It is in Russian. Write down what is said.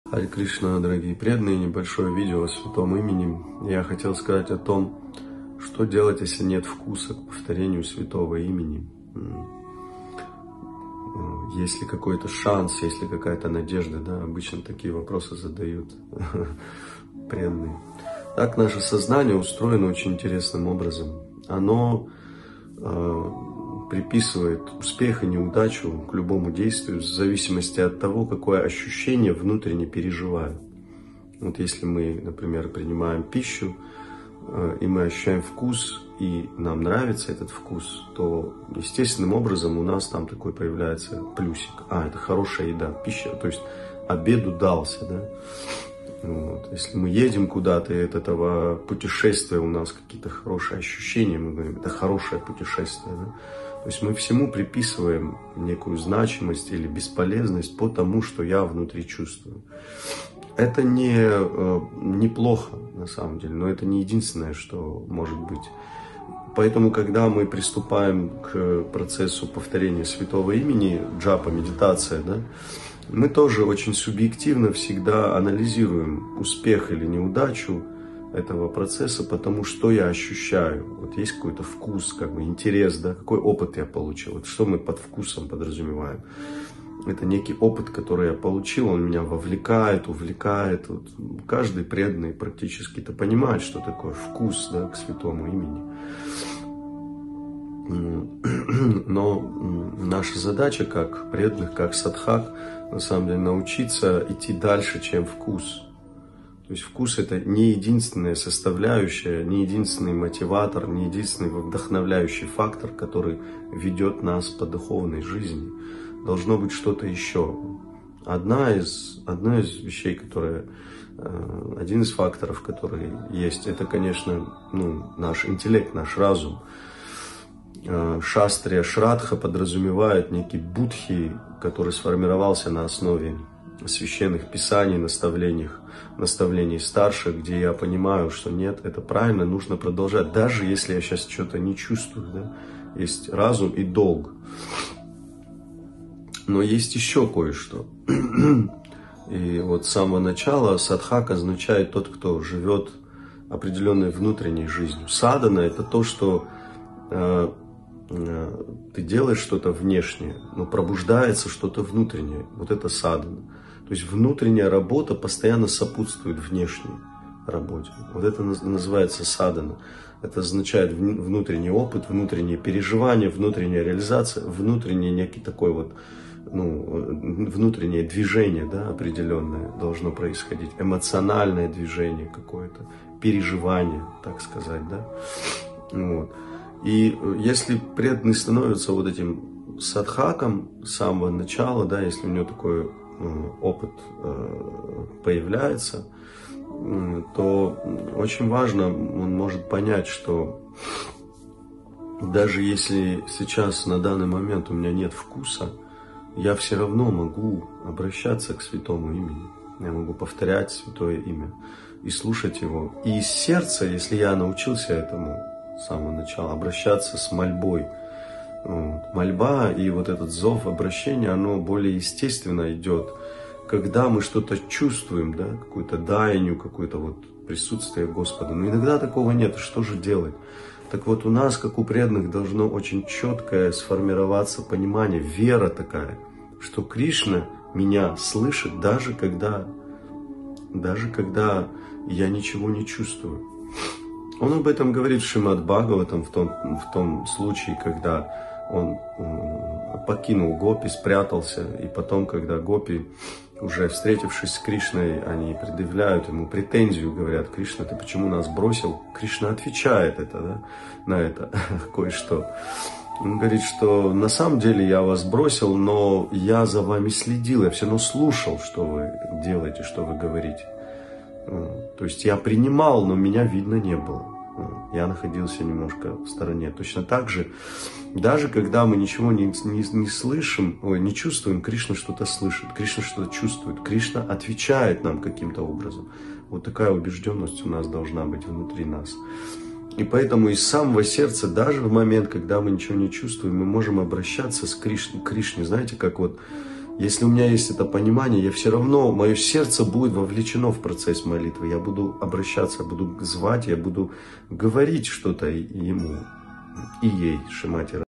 Харе Кришна, дорогие преданные, небольшое видео о святом имени. Я хотел сказать о том, что делать, если нет вкуса к повторению святого имени. Есть ли какой-то шанс, есть ли какая-то надежда, да? Обычно такие вопросы задают преданные. Так наше сознание устроено очень интересным образом. Оно приписывает успех и неудачу к любому действию в зависимости от того, какое ощущение внутренне переживаю. Вот если мы, например, принимаем пищу, и мы ощущаем вкус, и нам нравится этот вкус, то естественным образом у нас там такой появляется плюсик. Это хорошая еда, пища, то есть обед удался, да? Вот. Если мы едем куда-то, и от этого путешествия у нас какие-то хорошие ощущения, мы говорим, это хорошее путешествие, да? То есть мы всему приписываем некую значимость или бесполезность по тому, что я внутри чувствую. Это неплохо на самом деле, но это не единственное, что может быть. Поэтому, когда мы приступаем к процессу повторения святого имени, джапа, медитация, да, мы тоже очень субъективно всегда анализируем успех или неудачу этого процесса, потому что я ощущаю. Вот есть какой-то вкус, интерес, да, какой опыт я получил. Вот что мы под вкусом подразумеваем. Это некий опыт, который я получил, он меня вовлекает, увлекает. Вот каждый преданный практически-то понимает, что такое вкус, да, к святому имени. Но наша задача, как преданных, как садхак, на самом деле научиться идти дальше, чем вкус. То есть вкус — это не единственная составляющая, не единственный мотиватор, не единственный вдохновляющий фактор, который ведет нас по духовной жизни. Должно быть что-то еще. Одна из вещей, один из факторов, которые есть, это, конечно, наш интеллект, наш разум. Шастрия Шрадха подразумевает некий будхи, который сформировался на основе священных писаний, наставлений старших, где я понимаю, что нет, это правильно, нужно продолжать, даже если я сейчас что-то не чувствую. Да? Есть разум и долг. Но есть еще кое-что. И вот с самого начала садхак означает тот, кто живет определенной внутренней жизнью. Садхана — это то, что ты делаешь что-то внешнее, но пробуждается что-то внутреннее. Вот это садхана. То есть внутренняя работа постоянно сопутствует внешней работе. Вот это называется садхана. Это означает внутренний опыт, внутренние переживания, внутренняя реализация, внутренний некий такой вот, внутреннее движение, да, определенное должно происходить, эмоциональное движение какое-то, переживание, так сказать, да. Вот. И если преданный становится вот этим садхаком с самого начала, да, если у него такой опыт появляется, то очень важно, он может понять, что даже если сейчас на данный момент у меня нет вкуса, я все равно могу обращаться к святому имени. Я могу повторять святое имя и слушать его. И из сердца, если я научился этому с самого начала, обращаться с мольбой. Мольба и вот этот зов обращения, оно более естественно идет, когда мы что-то чувствуем, да, какую-то даянию, какое-то вот присутствие Господа. Но иногда такого нет, что же делать? Так вот, у нас, как у преданных, должно очень четкое сформироваться понимание, вера такая, что Кришна меня слышит, даже когда я ничего не чувствую. Он об этом говорит в Шримад Бхагаватам, в том случае, когда он покинул гопи, спрятался, и потом, когда гопи, уже встретившись с Кришной, они предъявляют ему претензию, говорят: Кришна, ты почему нас бросил? Кришна отвечает на это кое-что. Он говорит, что на самом деле я вас бросил, но я за вами следил, я все равно слушал, что вы делаете, что вы говорите. То есть я принимал, но меня видно не было. Я находился немножко в стороне. Точно так же, даже когда мы ничего не слышим, не чувствуем, Кришна что-то слышит, Кришна что-то чувствует, Кришна отвечает нам каким-то образом. Вот такая убежденность у нас должна быть внутри нас. И поэтому из самого сердца, даже в момент, когда мы ничего не чувствуем, мы можем обращаться к Кришне. Знаете, как вот Если у меня есть это понимание, я все равно, мое сердце будет вовлечено в процесс молитвы. Я буду обращаться, я буду звать, я буду говорить что-то ему и ей, Шримати